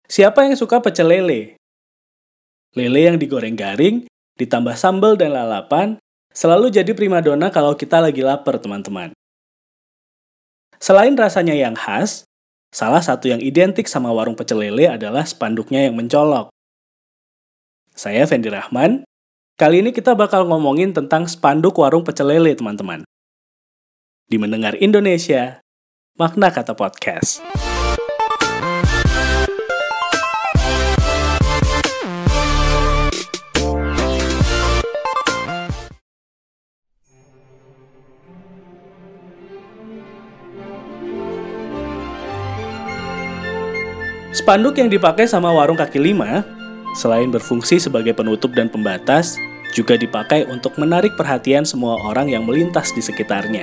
Siapa yang suka pecel lele? Lele yang digoreng garing, ditambah sambal dan lalapan, selalu jadi primadona kalau kita lagi lapar, teman-teman. Selain rasanya yang khas, salah satu yang identik sama warung pecel lele adalah spanduknya yang mencolok. Saya Fendi Rahman. Kali ini kita bakal ngomongin tentang spanduk warung pecel lele, teman-teman. Di Mendengar Indonesia, Makna Kata Podcast. Spanduk yang dipakai sama warung kaki lima, selain berfungsi sebagai penutup dan pembatas, juga dipakai untuk menarik perhatian semua orang yang melintas di sekitarnya.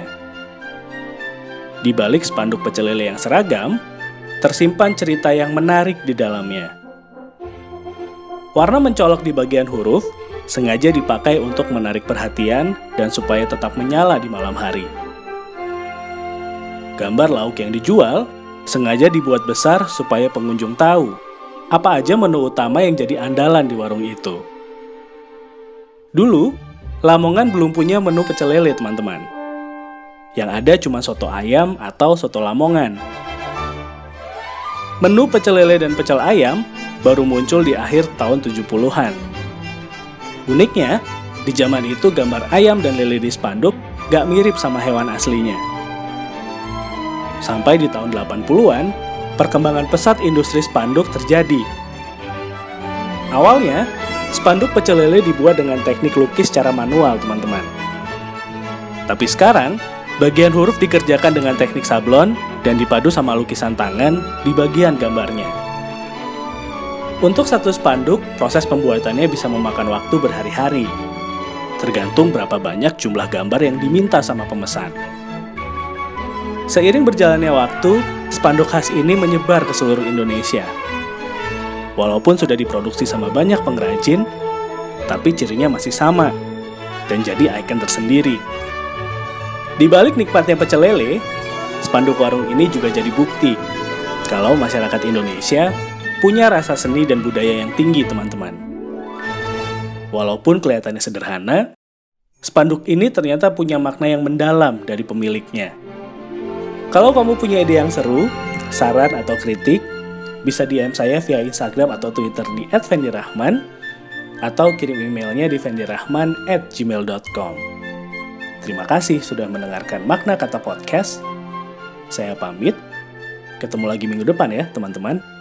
Di balik spanduk pecel lele yang seragam, tersimpan cerita yang menarik di dalamnya. Warna mencolok di bagian huruf sengaja dipakai untuk menarik perhatian dan supaya tetap menyala di malam hari. Gambar lauk yang dijual sengaja dibuat besar supaya pengunjung tahu apa aja menu utama yang jadi andalan di warung itu. Dulu, Lamongan belum punya menu pecel lele, teman-teman. Yang ada cuma soto ayam atau soto Lamongan. Menu pecel lele dan pecel ayam baru muncul di akhir tahun 70-an. Uniknya, di zaman itu gambar ayam dan lele di spanduk gak mirip sama hewan aslinya. Sampai di tahun 80-an, perkembangan pesat industri spanduk terjadi. Awalnya, spanduk pecel lele dibuat dengan teknik lukis secara manual, teman-teman. Tapi sekarang, bagian huruf dikerjakan dengan teknik sablon dan dipadu sama lukisan tangan di bagian gambarnya. Untuk satu spanduk, proses pembuatannya bisa memakan waktu berhari-hari. Tergantung berapa banyak jumlah gambar yang diminta sama pemesan. Seiring berjalannya waktu, spanduk khas ini menyebar ke seluruh Indonesia. Walaupun sudah diproduksi sama banyak pengrajin, tapi cirinya masih sama, dan jadi ikon tersendiri. Di balik nikmatnya pecel lele, spanduk warung ini juga jadi bukti kalau masyarakat Indonesia punya rasa seni dan budaya yang tinggi, teman-teman. Walaupun kelihatannya sederhana, spanduk ini ternyata punya makna yang mendalam dari pemiliknya. Kalau kamu punya ide yang seru, saran atau kritik, bisa DM saya via Instagram atau Twitter di @fendirahman atau kirim emailnya di fendirahman@gmail.com. Terima kasih sudah mendengarkan Makna Kata Podcast. Saya pamit. Ketemu lagi minggu depan ya, teman-teman.